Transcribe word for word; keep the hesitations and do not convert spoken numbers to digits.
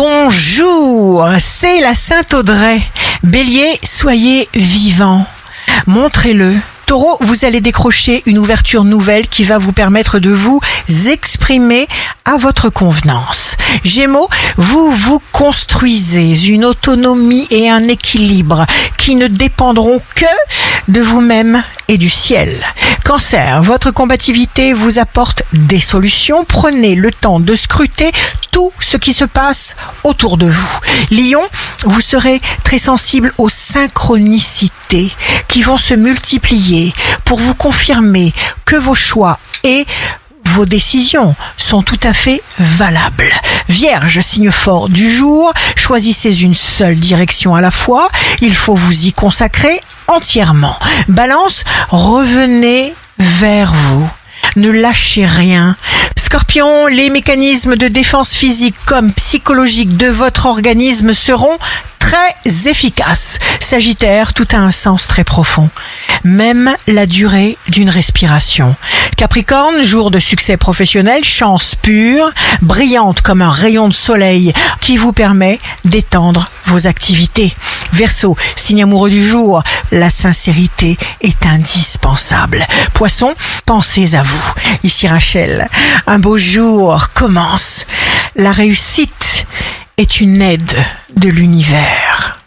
Bonjour, c'est la Sainte Audrey. Bélier, soyez vivant. Montrez-le. Taureau, vous allez décrocher une ouverture nouvelle qui va vous permettre de vous exprimer à votre convenance. Gémeaux, vous vous construisez une autonomie et un équilibre qui ne dépendront que de vous-même et du ciel. Cancer, votre combativité vous apporte des solutions. Prenez le temps de scruter tout ce qui se passe autour de vous. Lion, vous serez très sensible aux synchronicités qui vont se multiplier pour vous confirmer que vos choix et vos décisions sont tout à fait valables. Vierge, signe fort du jour, choisissez une seule direction à la fois. Il faut vous y consacrer entièrement. Balance, revenez vers vous. Ne lâchez rien. Scorpion, les mécanismes de défense physique comme psychologique de votre organisme seront très efficaces. Sagittaire, tout a un sens très profond. Même la durée d'une respiration. Capricorne, jour de succès professionnel, chance pure, brillante comme un rayon de soleil qui vous permet d'étendre vos activités. Verseau, signe amoureux du jour, la sincérité est indispensable. Poisson, pensez à vous. Ici Rachel, un beau jour commence. La réussite est une aide de l'univers.